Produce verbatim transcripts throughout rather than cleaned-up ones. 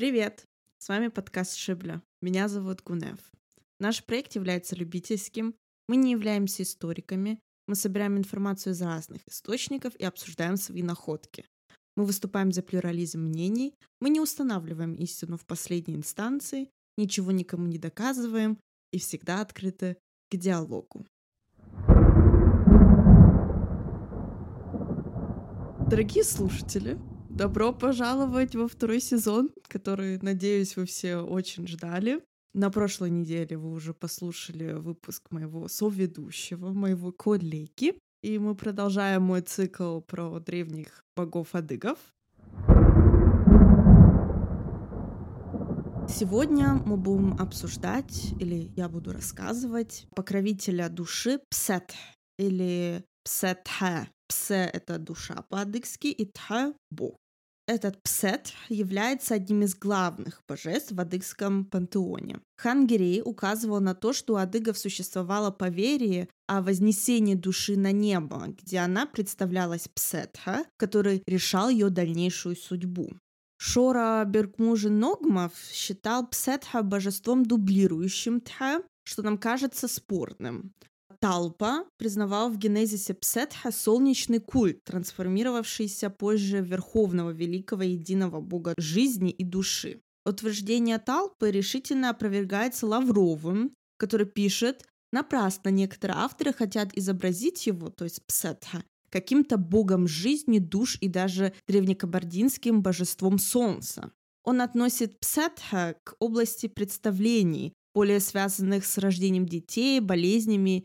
Привет! С вами подкаст Шибля. Меня зовут Гунев. Наш проект является любительским. Мы не являемся историками. Мы собираем информацию из разных источников и обсуждаем свои находки. Мы выступаем за плюрализм мнений. Мы не устанавливаем истину в последней инстанции, ничего никому не доказываем и всегда открыты к диалогу. Дорогие слушатели, добро пожаловать во второй сезон, который, надеюсь, вы все очень ждали. На прошлой неделе вы уже послушали выпуск моего соведущего, моего коллеги, и мы продолжаем мой цикл про древних богов-адыгов. Сегодня мы будем обсуждать, или я буду рассказывать, покровителя души Псет, или Псетхэ. Псе — это душа по-адыгски, и Тхэ — бог. Этот Псет является одним из главных божеств в адыгском пантеоне. Хан Гирей указывал на то, что у адыгов существовало поверье о вознесении души на небо, где она представлялась Псетха, который решал ее дальнейшую судьбу. Шора Беркмужин Ногмов считал Псетха божеством дублирующим Тхэ, что нам кажется спорным. Талпа признавал в генезисе Псетха солнечный культ, трансформировавшийся позже в верховного великого единого бога жизни и души. Утверждение Талпы решительно опровергается Лавровым, который пишет: напрасно некоторые авторы хотят изобразить его, то есть Псетха, каким-то богом жизни, душ и даже древнекабардинским божеством солнца. Он относит Псетха к области представлений, более связанных с рождением детей, болезнями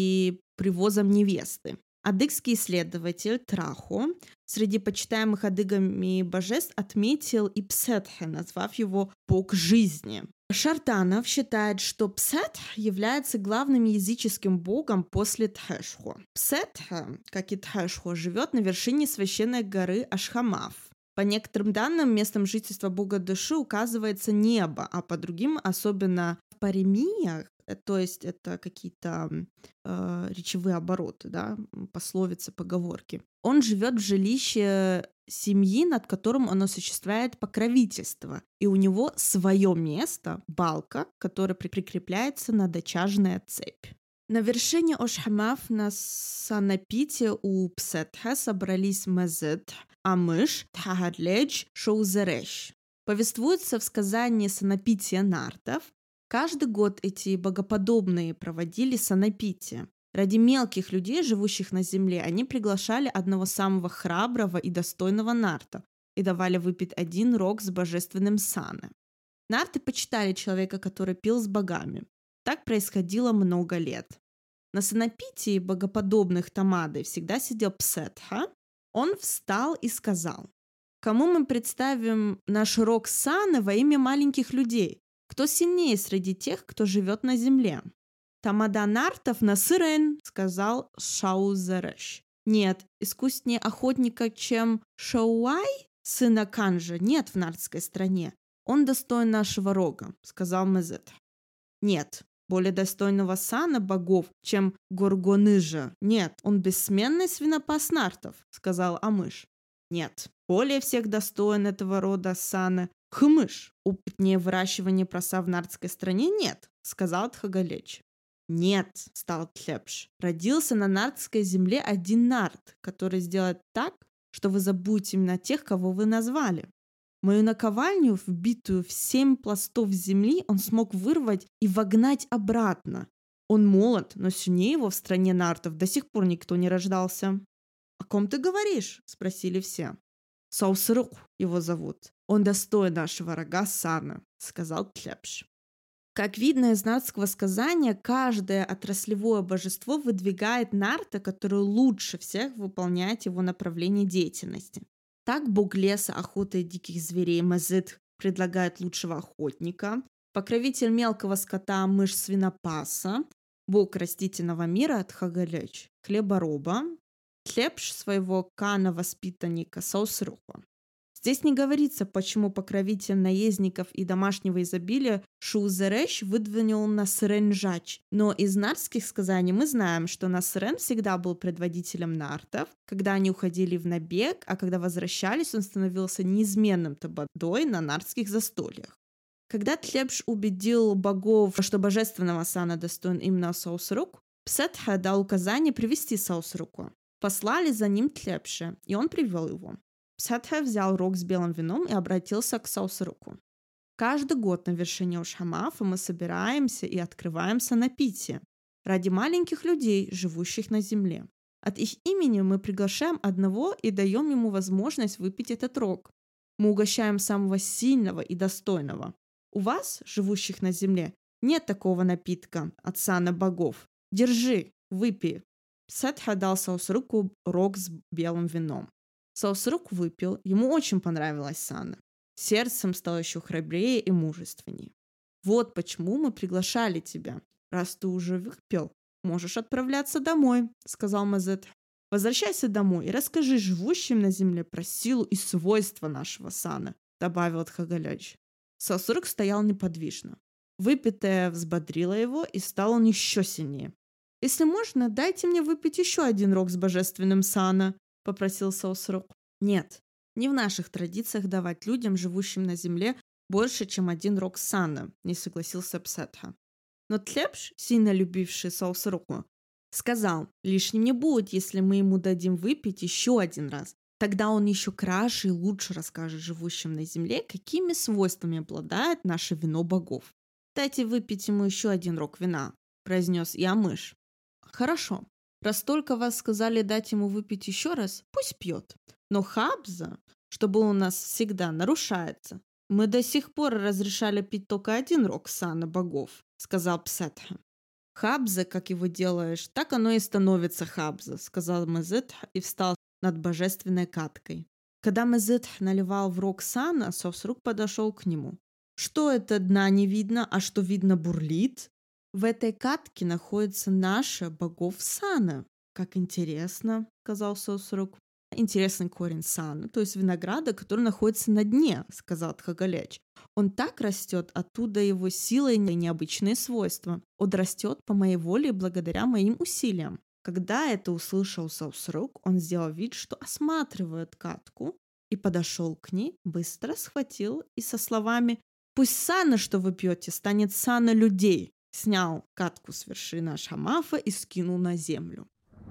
и привозом невесты. Адыгский исследователь Трахо среди почитаемых адыгами божеств отметил и Псетхе, назвав его «бог жизни». Шартанов считает, что Псет является главным языческим богом после Тхэшхо. Псетхе, как и Тхэшхо, живет на вершине священной горы Ашхамав. По некоторым данным, местом жительства бога души указывается небо, а по другим, особенно в паремиях, то есть это какие-то э, речевые обороты, да, пословицы, поговорки. Он живет в жилище семьи, над которым он осуществляет покровительство, и у него свое место, балка, которая прикрепляется на дочажная цепь. На вершине Ошхамав на Санапите у Псетха собрались Мезет, Амыш, Тхагадледж, Шоузереш. Повествуется в сказании Санапития нартов. Каждый год эти богоподобные проводили Санапитие. Ради мелких людей, живущих на земле, они приглашали одного самого храброго и достойного нарта и давали выпить один рог с божественным сане. Нарты почитали человека, который пил с богами. Так происходило много лет. На Санапитии богоподобных Тамады всегда сидел Псетха. Он встал и сказал: «Кому мы представим наш рог саны во имя маленьких людей? Кто сильнее среди тех, кто живет на земле?» «Тамада нартов на сырен», — сказал Шаузереш. «Нет, искуснее охотника, чем Шауай, сына Канжа, нет в нартской стране. Он достоин нашего рога», — сказал Мезет. «Нет, более достойного сана богов, чем Горгоныжа. Нет, он бессменный свинопас нартов», — сказал Амыш. «Нет, более всех достоин этого рода сана Хмыш. Опытнее выращивания проса в нартской стране нет», — сказал Тхагалеч. «Нет», — стал Тхлепш, — «родился на нартской земле один нарт, который сделает так, что вы забудете именно тех, кого вы назвали. Мою наковальню, вбитую в семь пластов земли, он смог вырвать и вогнать обратно. Он молод, но сильнее его в стране нартов до сих пор никто не рождался». «О ком ты говоришь?» — спросили все. «Саусрук его зовут. Он достоин нашего рога сана», — сказал Тхлепш. Как видно из нартского сказания, каждое отраслевое божество выдвигает нарта, который лучше всех выполняет его направление деятельности. Так бог леса, охоты и диких зверей Мезет предлагает лучшего охотника, покровитель мелкого скота мышь свинопаса, бог растительного мира Тхагалеч, хлебороба, Тхлепш своего кана-воспитанника Саусруха. Здесь не говорится, почему покровитель наездников и домашнего изобилия Шузереш выдвинул Насренжач. Но из нартских сказаний мы знаем, что Насрен всегда был предводителем нартов, когда они уходили в набег, а когда возвращались, он становился неизменным табадой на нартских застольях. Когда Тлебш убедил богов, что божественного сана достоин именно Саусрук, Псетха дал указание привести Саусруку. Послали за ним Тлебша, и он привел его. Псетха взял рог с белым вином и обратился к Саусруку. Каждый год на вершине Ушхамафа мы собираемся и открываемся на питье ради маленьких людей, живущих на земле. От их имени мы приглашаем одного и даем ему возможность выпить этот рог. Мы угощаем самого сильного и достойного. У вас, живущих на земле, нет такого напитка от сана богов. Держи, выпей. Псетха дал Саусруку рог с белым вином. Саусрук выпил, ему очень понравилась сана. Сердцем стал еще храбрее и мужественнее. Вот почему мы приглашали тебя. Раз ты уже выпил, можешь отправляться домой, сказал Мазет. Возвращайся домой и расскажи живущим на земле про силу и свойства нашего сана, добавил Тхагаляч. Саусрук стоял неподвижно. Выпитое взбодрило его, и стал он еще сильнее. «Если можно, дайте мне выпить еще один рог с божественным сана», — попросил Саусрук. «Нет, не в наших традициях давать людям, живущим на земле, больше, чем один рог сана», — не согласился Псетха. Но Тлебш, сильно любивший Саусруку, сказал, лишним не будет, если мы ему дадим выпить еще один раз. Тогда он еще краше и лучше расскажет живущим на земле, какими свойствами обладает наше вино богов. «Дайте выпить ему еще один рог вина», — произнес Ямыш. «Хорошо. Раз только вас сказали дать ему выпить еще раз, пусть пьет. Но хабза, что было у нас всегда, нарушается. Мы до сих пор разрешали пить только один рог сана богов», — сказал Псетха. «Хабза, как его делаешь, так оно и становится хабза», — сказал Мазет и встал над божественной каткой. Когда Мазет наливал в рог сана, Саусрук подошел к нему. «Что это дна не видно, а что видно бурлит? В этой катке находится наша богов сана». «Как интересно», — сказал Саусрук. «Интересный корень сана, то есть винограда, который находится на дне», — сказал Тхагаляч. «Он так растет, оттуда его сила и необычные свойства. Он растет по моей воле и благодаря моим усилиям». Когда это услышал Саусрук, он сделал вид, что осматривает катку, и подошел к ней, быстро схватил и со словами «Пусть сана, что вы пьете, станет сана людей», снял катку с вершины Ушхамафа и скинул на землю.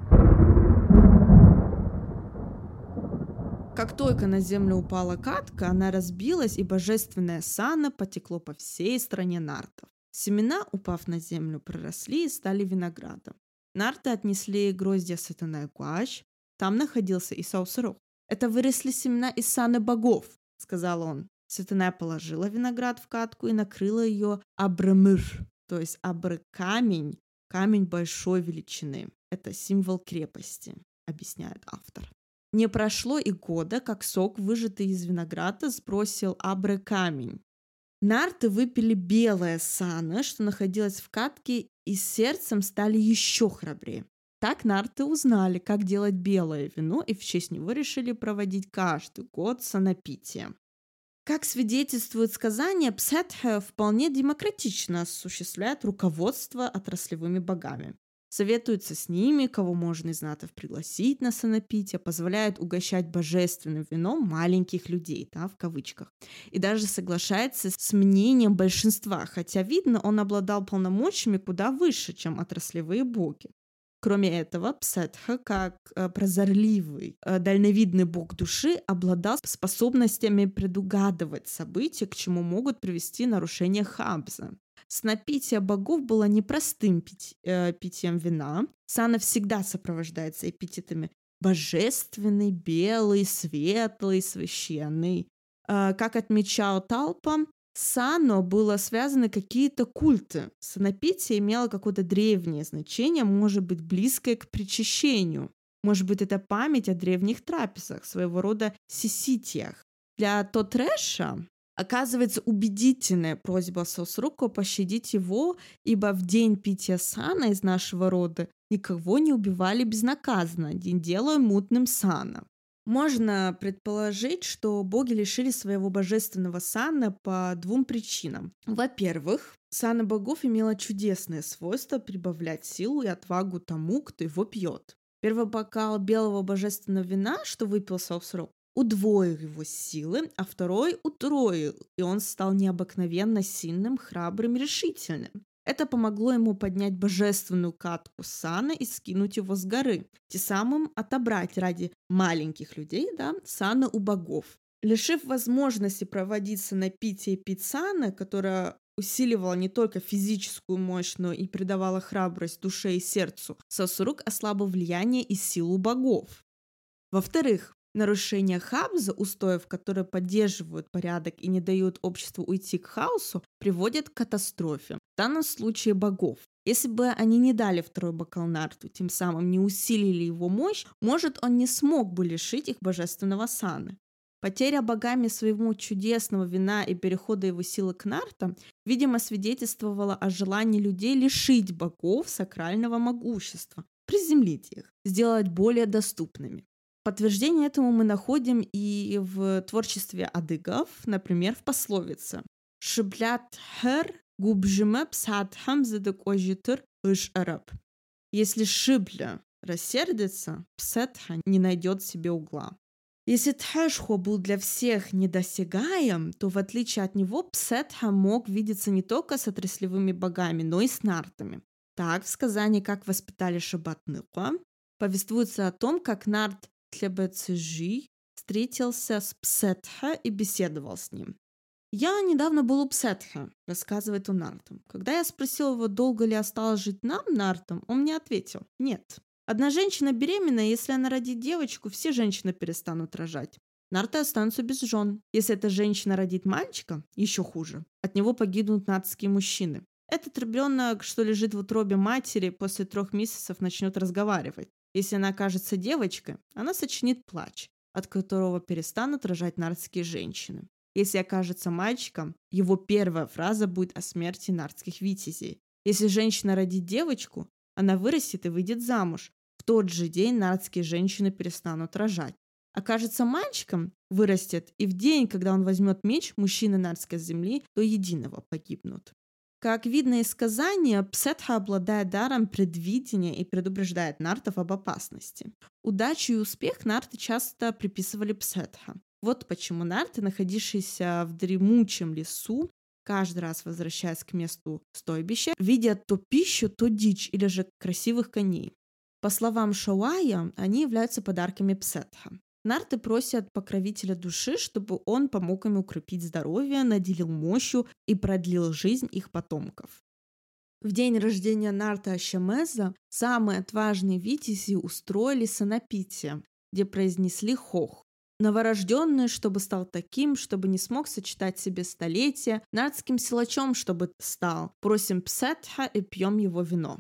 Как только на землю упала катка, она разбилась, и божественное сана потекло по всей стране нартов. Семена, упав на землю, проросли и стали виноградом. Нарты отнесли гроздья Сатанай Гуач, там находился и Саусрук. «Это выросли семена из саны богов», — сказал он. Сатанай положила виноград в катку и накрыла ее абрымыр, то есть абры-камень, камень большой величины. Это символ крепости, объясняет автор. Не прошло и года, как сок, выжатый из винограда, сбросил абры-камень. Нарты выпили белое сано, что находилось в катке, и сердцем стали еще храбрее. Так нарты узнали, как делать белое вино, и в честь него решили проводить каждый год санапитие. Как свидетельствует сказание, Псетха вполне демократично осуществляет руководство отраслевыми богами. Советуется с ними, кого можно из натов пригласить на санапитие, позволяет угощать божественным вином маленьких людей, да, в кавычках, и даже соглашается с мнением большинства, хотя, видно, он обладал полномочиями куда выше, чем отраслевые боги. Кроме этого, Псетха, как э, прозорливый, э, дальновидный бог души, обладал способностями предугадывать события, к чему могут привести нарушения хабза. Снопитие богов было непростым пить, э, питьем вина. Сана всегда сопровождается эпитетами «божественный», «белый», «светлый», «священный». Э, как отмечал Талпа, сано было связаны какие-то культы. Санапитие имело какое-то древнее значение, может быть, близкое к причащению. Может быть, это память о древних трапезах, своего рода сиситиях. Для Тотреша оказывается убедительная просьба Саусрука пощадить его, ибо в день питья сана из нашего рода никого не убивали безнаказанно, не делая мутным сана. Можно предположить, что боги лишили своего божественного сана по двум причинам. Во-первых, сана богов имела чудесное свойство прибавлять силу и отвагу тому, кто его пьет. Первый бокал белого божественного вина, что выпил Саусрок, удвоил его силы, а второй утроил, и он стал необыкновенно сильным, храбрым и решительным. Это помогло ему поднять божественную катку сана и скинуть его с горы, тем самым отобрать ради маленьких людей, да, сана у богов. Лишив возможности проводиться на питье и пить сана, которая усиливала не только физическую мощь, но и придавала храбрость душе и сердцу, Саусрук ослабил влияние и силу богов. Во-вторых, нарушение хабза, устоев, которые поддерживают порядок и не дают обществу уйти к хаосу, приводит к катастрофе, в данном случае богов. Если бы они не дали второй бокал Нарту, тем самым не усилили его мощь, может, он не смог бы лишить их божественного сана. Потеря богами своего чудесного вина и перехода его силы к Нартам, видимо, свидетельствовала о желании людей лишить богов сакрального могущества, приземлить их, сделать более доступными. Подтверждение этому мы находим и в творчестве адыгов, например, в пословице «Шиблят хэр губжиме псадхам задык ожитыр ыш араб». Если шибля рассердится, псетха не найдет себе угла. Если Тхэшхо был для всех недосягаем, то в отличие от него Псетха мог видеться не только с отраслевыми богами, но и с нартами. Так, в сказании «Как воспитали Шабатныка» повествуется о том, как нарт Тлебецежи встретился с Псетха и беседовал с ним. «Я недавно был у Псетха», — рассказывает он нартам. «Когда я спросил его, долго ли осталось жить нам, нартам, он мне ответил: нет. Одна женщина беременна, если она родит девочку, все женщины перестанут рожать. Нарты останутся без жен. Если эта женщина родит мальчика, еще хуже. От него погибнут нартские мужчины. Этот ребенок, что лежит в утробе матери, после трех месяцев начнет разговаривать. Если она окажется девочкой, она сочинит плач, от которого перестанут рожать нартские женщины. Если окажется мальчиком, его первая фраза будет о смерти нартских витязей. Если женщина родит девочку, она вырастет и выйдет замуж. В тот же день нартские женщины перестанут рожать. Окажется мальчиком, вырастет, и в день, когда он возьмет меч, мужчины нартской земли до единого погибнут. Как видно из сказания, Псетха обладает даром предвидения и предупреждает нартов об опасности. Удачу и успех нарты часто приписывали Псетха. Вот почему нарты, находившиеся в дремучем лесу, каждый раз возвращаясь к месту стойбища, видят то пищу, то дичь или же красивых коней. По словам Шауая, они являются подарками Псетха. Нарты просят покровителя души, чтобы он помог им укрепить здоровье, наделил мощью и продлил жизнь их потомков. В день рождения Нарта Ашемеза самые отважные витязи устроили санапитие, где произнесли хох. Новорожденный, чтобы стал таким, чтобы не смог сочетать себе столетия, нартским силачом, чтобы стал. Просим Псетха и пьем его вино.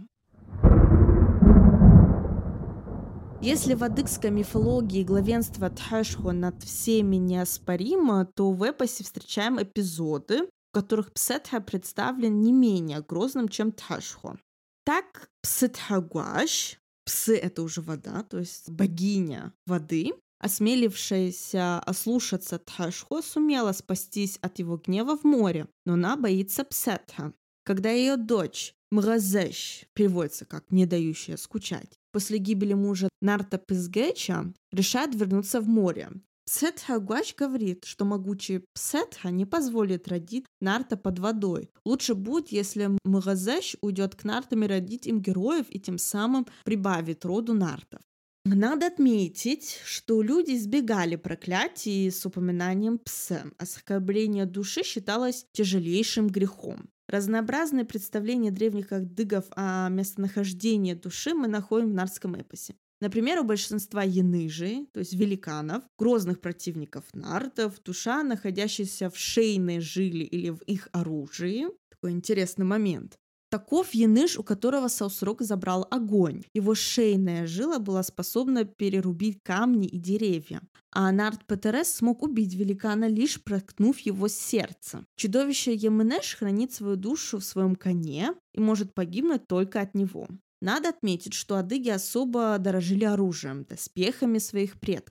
Если в адыгской мифологии главенство Тхэшхо над всеми неоспоримо, то в эпосе встречаем эпизоды, в которых Псетха представлен не менее грозным, чем Тхэшхо. Так Псетхагуаш, псы — это уже вода, то есть богиня воды, осмелившаяся ослушаться Тхэшхо, сумела спастись от его гнева в море, но она боится Псетха. Когда ее дочь Мразеш, переводится как «не дающая скучать», после гибели мужа Нарта Пызгеча решает вернуться в море. Псетхагуаш говорит, что могучий Псетха не позволит родить Нарта под водой. Лучше будет, если Мразеш уйдет к Нартам и родить им героев и тем самым прибавит роду Нартов. Надо отметить, что люди избегали проклятий с упоминанием пса. Оскорбление души считалось тяжелейшим грехом. Разнообразные представления древних адыгов о местонахождении души мы находим в нартском эпосе. Например, у большинства яныжей, то есть великанов, грозных противников нартов, душа, находящаяся в шейной жиле или в их оружии. Такой интересный момент. Таков яныш, у которого Саусрок забрал огонь. Его шейная жила была способна перерубить камни и деревья. А Нарт Петерес смог убить великана, лишь проткнув его сердце. Чудовище Еменеш хранит свою душу в своем коне и может погибнуть только от него. Надо отметить, что адыги особо дорожили оружием, доспехами своих предков.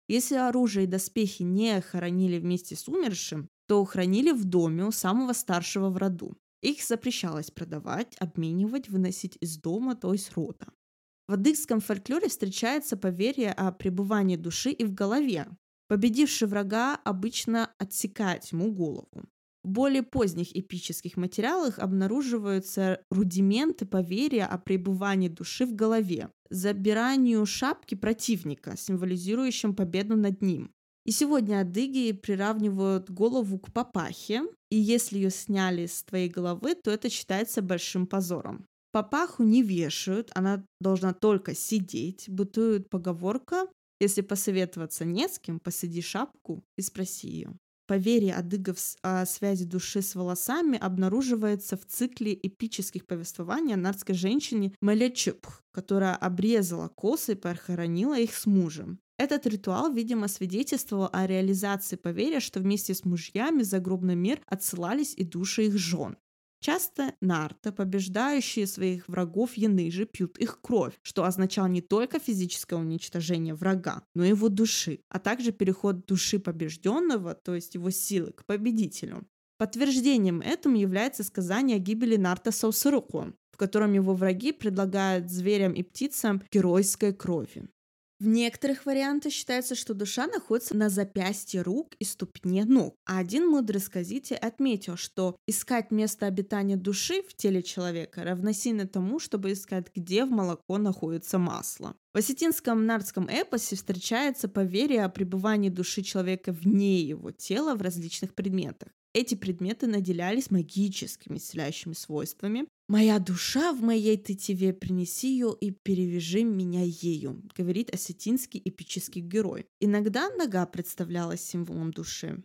Если оружие и доспехи не хоронили вместе с умершим, то хранили в доме у самого старшего в роду. Их запрещалось продавать, обменивать, выносить из дома, то есть рода. В адыгском фольклоре встречается поверье о пребывании души и в голове. Победивший врага обычно отсекает ему голову. В более поздних эпических материалах обнаруживаются рудименты поверья о пребывании души в голове, забиранию шапки противника, символизирующим победу над ним. И сегодня адыги приравнивают голову к папахе, и если ее сняли с твоей головы, то это считается большим позором. Папаху не вешают, она должна только сидеть. Бытует поговорка: если посоветоваться не с кем, посади шапку и спроси ее. Поверье адыгов о связи души с волосами обнаруживается в цикле эпических повествований о нардской женщине Мелечупх, которая обрезала косы и похоронила их с мужем. Этот ритуал, видимо, свидетельствовал о реализации поверья, что вместе с мужьями в загробный мир отсылались и души их жен. Часто нарты, побеждающие своих врагов яныжи, пьют их кровь, что означало не только физическое уничтожение врага, но и его души, а также переход души побежденного, то есть его силы, к победителю. Подтверждением этому является сказание о гибели Нарта Саусыруку, в котором его враги предлагают зверям и птицам геройской крови. В некоторых вариантах считается, что душа находится на запястье рук и ступне ног. А один мудрый сказитель отметил, что искать место обитания души в теле человека равносильно тому, чтобы искать, где в молоко находится масло. В осетинском нардском эпосе встречается поверье о пребывании души человека вне его тела в различных предметах. Эти предметы наделялись магическими исцеляющими свойствами. «Моя душа в моей тетиве, принеси ее и перевяжи меня ею», говорит осетинский эпический герой. Иногда нога представлялась символом души.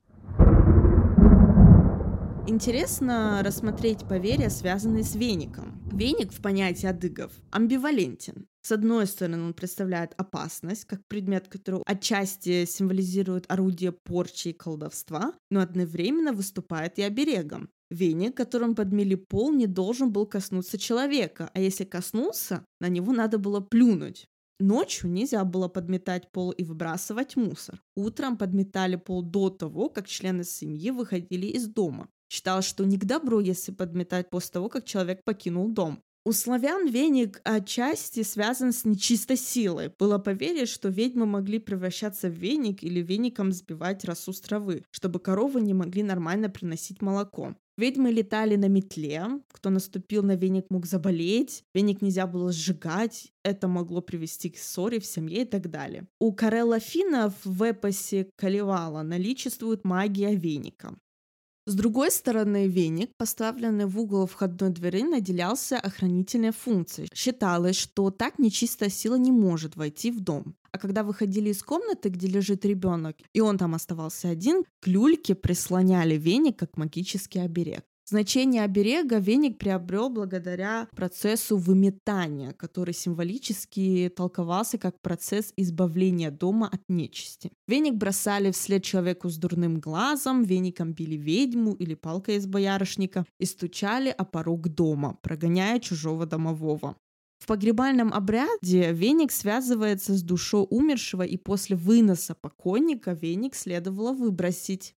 Интересно рассмотреть поверья, связанные с веником. Веник в понятии адыгов амбивалентен. С одной стороны, он представляет опасность, как предмет, который отчасти символизирует орудие порчи и колдовства, но одновременно выступает и оберегом. Веник, которым подмели пол, не должен был коснуться человека, а если коснулся, на него надо было плюнуть. Ночью нельзя было подметать пол и выбрасывать мусор. Утром подметали пол до того, как члены семьи выходили из дома. Считалось, что не к добру, если подметать после того, как человек покинул дом. У славян веник отчасти связан с нечистой силой. Было поверье, что ведьмы могли превращаться в веник или веником сбивать росу с травы, чтобы коровы не могли нормально приносить молоко. Ведьмы летали на метле, кто наступил на веник, мог заболеть, веник нельзя было сжигать, это могло привести к ссоре в семье и так далее. У Карелла Финнов в эпосе Калевала наличествует магия веника. С другой стороны, веник, поставленный в угол входной двери, наделялся охранительной функцией. Считалось, что так нечистая сила не может войти в дом. А когда выходили из комнаты, где лежит ребенок, и он там оставался один, к люльке прислоняли веник как магический оберег. Значение оберега веник приобрел благодаря процессу выметания, который символически толковался как процесс избавления дома от нечисти. Веник бросали вслед человеку с дурным глазом, веником били ведьму или палкой из боярышника и стучали о порог дома, прогоняя чужого домового. В погребальном обряде веник связывается с душой умершего, и после выноса покойника веник следовало выбросить.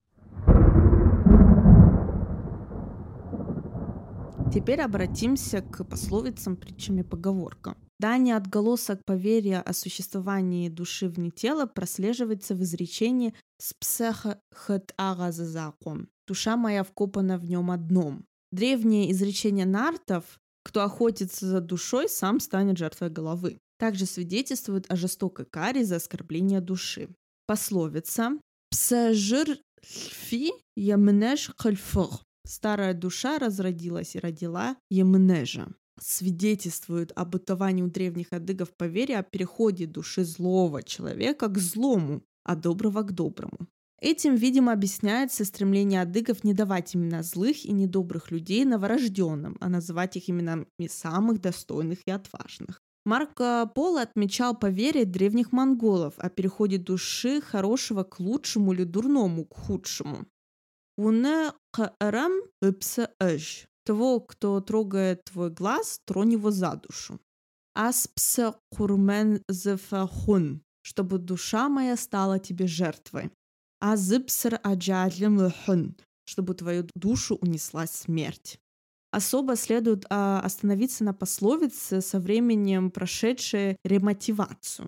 Теперь обратимся к пословицам, притчам и поговоркам. Дание отголосок поверья о существовании души вне тела прослеживается в изречении «спсеха хэт агазазаком» — «душа моя вкопана в нем одном». Древнее изречение нартов «кто охотится за душой, сам станет жертвой головы» также свидетельствует о жестокой каре за оскорбление души. Пословица «псежир льфи ямнеш хальфор» «старая душа разродилась и родила емнежа» свидетельствует о бытовании у древних адыгов поверья о переходе души злого человека к злому, а доброго к доброму. Этим, видимо, объясняется стремление адыгов не давать имена злых и недобрых людей новорожденным, а называть их именами самых достойных и отважных. Марко Поло отмечал поверье древних монголов о переходе души хорошего к лучшему или дурному к худшему. «Уне каарам ыпса эж» — того, кто трогает твой глаз, тронь его за душу. «Ас пса курмен зефахун» чтобы душа моя стала тебе жертвой. Азыбср аджадлим хун, чтобы твою душу унесла смерть. Особо следует а, остановиться на пословице со временем прошедшей ремотивацию.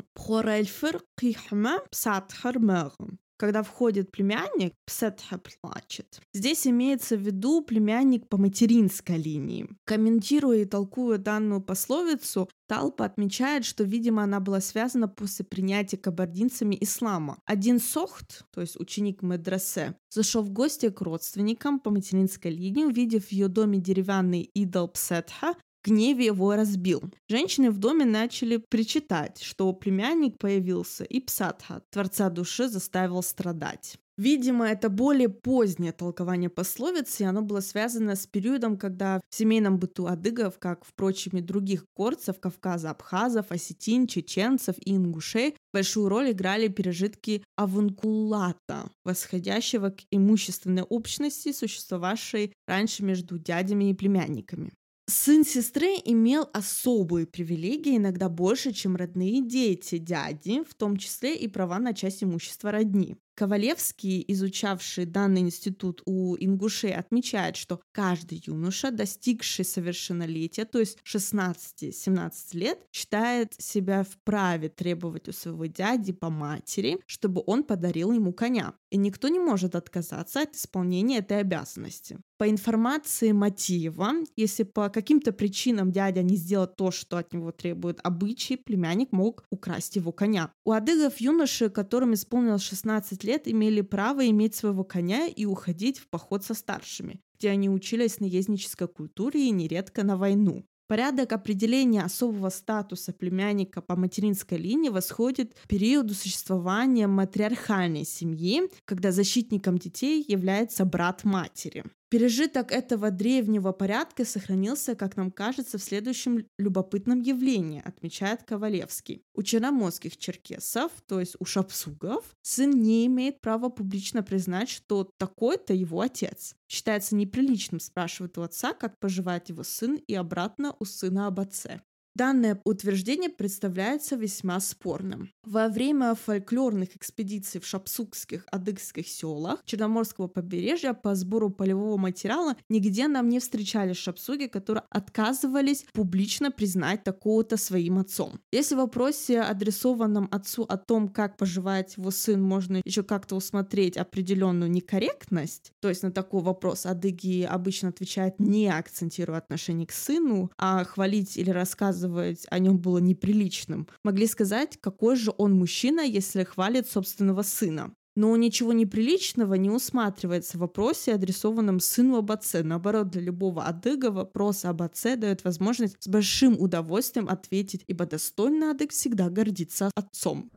Когда входит племянник, псетха плачет. Здесь имеется в виду племянник по материнской линии. Комментируя и толкуя данную пословицу, Талпа отмечает, что, видимо, она была связана после принятия кабардинцами ислама. Один сохт, то есть ученик медресе, зашел в гости к родственникам по материнской линии, увидев в ее доме деревянный идол Псетха, в гневе его разбил. Женщины в доме начали причитать, что племянник появился, и Псатха, творца души, заставил страдать. Видимо, это более позднее толкование пословицы, и оно было связано с периодом, когда в семейном быту адыгов, как, впрочем, и других горцев Кавказа, абхазов, осетин, чеченцев и ингушей, большую роль играли пережитки авункулата, восходящего к имущественной общности, существовавшей раньше между дядями и племянниками. Сын сестры имел особые привилегии, иногда больше, чем родные дети дяди, в том числе и права на часть имущества родни. Ковалевский, изучавший данный институт у ингушей, отмечает, что каждый юноша, достигший совершеннолетия, то есть шестнадцать-семнадцать лет, считает себя вправе требовать у своего дяди по матери, чтобы он подарил ему коня. И никто не может отказаться от исполнения этой обязанности. По информации Матиева, если по каким-то причинам дядя не сделал то, что от него требует обычай, племянник мог украсть его коня. У адыгов юноши, которым исполнилось шестнадцать лет, имели право иметь своего коня и уходить в поход со старшими, где они учились наезднической культуре и нередко на войну. Порядок определения особого статуса племянника по материнской линии восходит к периоду существования матриархальной семьи, когда защитником детей является брат матери. Пережиток этого древнего порядка сохранился, как нам кажется, в следующем любопытном явлении, отмечает Ковалевский. У черноморских черкесов, то есть у шапсугов, сын не имеет права публично признать, что такой-то его отец. Считается неприличным спрашивать у отца, как поживает его сын, и обратно у сына об отце. Данное утверждение представляется весьма спорным. Во время фольклорных экспедиций в шапсукских адыгских селах Черноморского побережья по сбору полевого материала нигде нам не встречались шапсуги, которые отказывались публично признать такого-то своим отцом. Если в вопросе, адресованном отцу о том, как поживает его сын, можно еще как-то усмотреть определенную некорректность, то есть на такой вопрос адыги обычно отвечают, не акцентируя отношение к сыну, а хвалить или рассказывать о нем было неприличным. Могли сказать, какой же он мужчина, если хвалит собственного сына. Но ничего неприличного не усматривается в вопросе, адресованном сыну об отце. Наоборот, для любого адыга вопрос об отце дает возможность с большим удовольствием ответить, ибо достойный адыг всегда гордится отцом.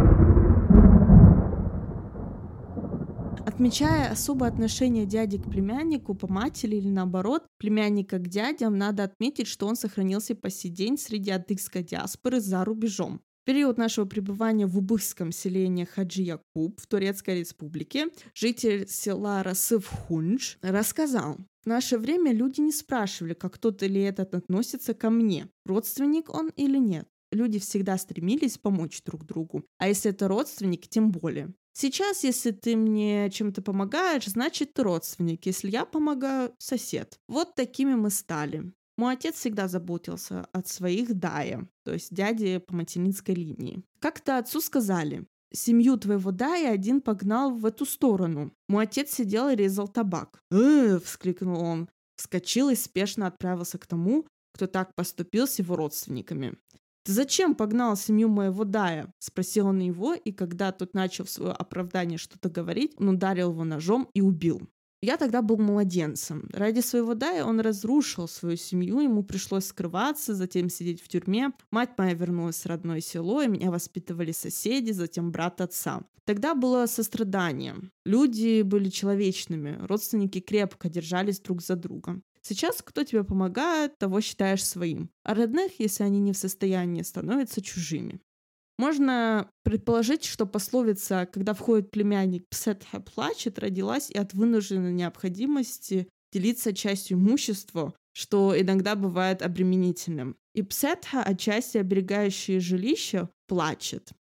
Отмечая особое отношение дяди к племяннику по матери или наоборот, племянника к дядям, надо отметить, что он сохранился по сей день среди адыгской диаспоры за рубежом. В период нашего пребывания в убыхском селении Хаджи Якуб в Турецкой республике житель села Расыв-Хундж рассказал: в наше время люди не спрашивали, как тот или этот относится ко мне, родственник он или нет. Люди всегда стремились помочь друг другу, а если это родственник, тем более. Сейчас, если ты мне чем-то помогаешь, значит ты родственник. Если я помогаю, сосед. Вот такими мы стали. Мой отец всегда заботился о своих дая, то есть дяди по материнской линии. Как-то отцу сказали: семью твоего дая один погнал в эту сторону. Мой отец сидел и резал табак. «Э-э!» — вскликнул он, вскочил и спешно отправился к тому, кто так поступил с его родственниками. «Ты зачем погнал семью моего дая?» — спросил он его, и когда тот начал в свое оправдание что-то говорить, он ударил его ножом и убил. Я тогда был младенцем. Ради своего дая он разрушил свою семью, ему пришлось скрываться, затем сидеть в тюрьме. Мать моя вернулась в родное село, и меня воспитывали соседи, затем брат отца. Тогда было сострадание. Люди были человечными, родственники крепко держались друг за друга. Сейчас кто тебе помогает, того считаешь своим. А родных, если они не в состоянии, становятся чужими. Можно предположить, что пословица «когда входит племянник, псетха плачет» родилась и от вынужденной необходимости делиться частью имущества, что иногда бывает обременительным. И псетха, отчасти оберегающее жилище, плачет.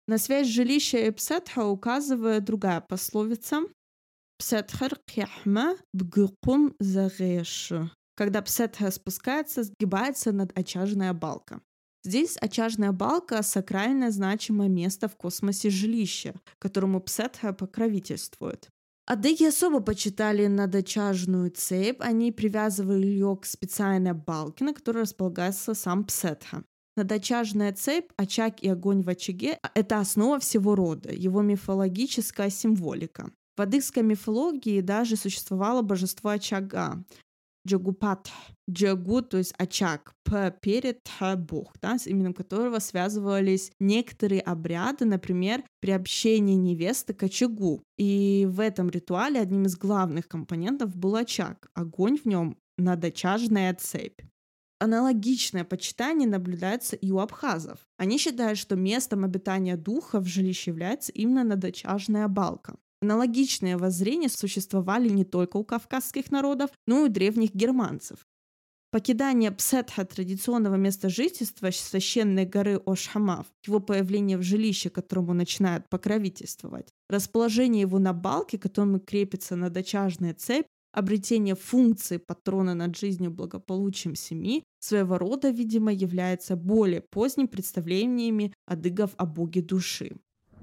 На связь жилища и псетха указывает другая пословица «Псетхар кяхма бгюкум загэш». Когда псетха спускается, сгибается над очажная балка. Здесь очажная балка — сакральное значимое место в космосе жилища, которому псетха покровительствует. Адыги особо почитали надочажную цепь, они привязывали ее к специальной балке, на которой располагается сам псетха. Надочажная цепь, очаг и огонь в очаге — это основа всего рода, его мифологическая символика. В адыгской мифологии даже существовало божество очага — Джагупат. Джагу, то есть очаг, п перед х бог, да, с именем которого связывались некоторые обряды, например, приобщение невесты к очагу. И в этом ритуале одним из главных компонентов был очаг. Огонь в нем — надочажная цепь. Аналогичное почитание наблюдается и у абхазов. Они считают, что местом обитания духа в жилище является именно надочажная балка. Аналогичные воззрения существовали не только у кавказских народов, но и у древних германцев. Покидание псетха, традиционного места жительства священной горы Ошхамав, его появление в жилище, которому начинают покровительствовать, расположение его на балке, к которому крепится надочажная цепь, обретение функции патрона над жизнью и благополучием семьи, своего рода, видимо, является более поздними представлениями адыгов о боге души.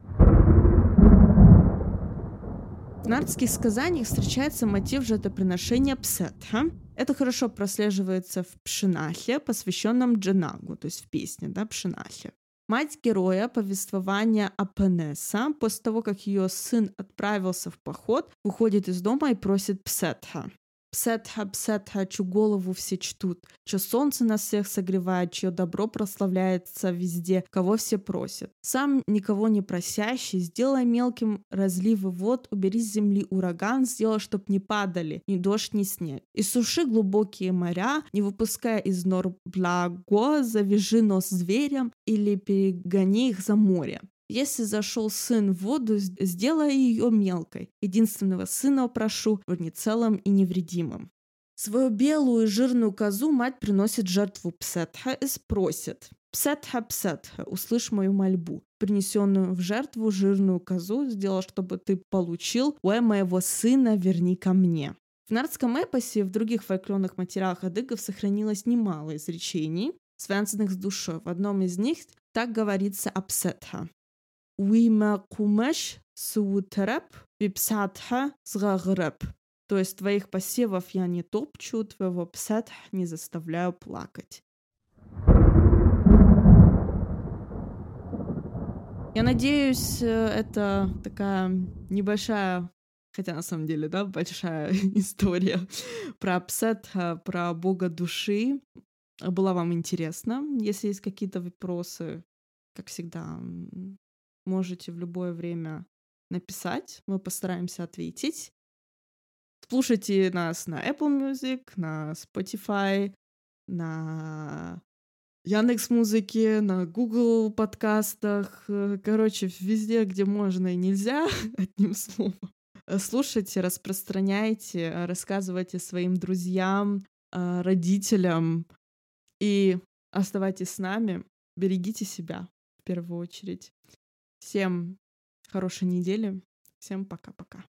В нардских сказаниях встречается мотив жертвоприношения псетха. Это хорошо прослеживается в Пшенахе, посвященном Джанагу, то есть в песне, да, Пшенахе. Мать героя повествования Апенеса, после того, как ее сын отправился в поход, выходит из дома и просит псетха. Псетха, псетха, чью голову все чтут, чье солнце нас всех согревает, чье добро прославляется везде, кого все просят. Сам никого не просящий, сделай мелким разливы вод, убери с земли ураган, сделай, чтоб не падали ни дождь, ни снег. И суши глубокие моря, не выпуская из нор благо, завяжи нос зверям или перегони их за море. Если зашел сын в воду, сделай ее мелкой. Единственного сына прошу, верни целым и невредимым. Свою белую и жирную козу мать приносит жертву псетха и спросит: «Псетха, псетха, услышь мою мольбу. Принесенную в жертву жирную козу сделал, чтобы ты получил, уэ моего сына верни ко мне». В нардском эпосе и в других фольклорных материалах адыгов сохранилось немало изречений, связанных с душой. В одном из них так говорится о псетха. «Уима кумеш суутереп випсатха сгагреп». То есть твоих посевов я не топчу, твоего псетха не заставляю плакать. Я надеюсь, это такая небольшая, хотя на самом деле, да, большая история про псетха, про бога души была вам интересна. Если есть какие-то вопросы, как всегда, можете в любое время написать, мы постараемся ответить. Слушайте нас на Apple Music, на Spotify, на Яндекс.Музыке, на Google подкастах, короче, везде, где можно и нельзя, одним словом. Слушайте, распространяйте, рассказывайте своим друзьям, родителям и оставайтесь с нами, берегите себя в первую очередь. Всем хорошей недели, всем пока-пока.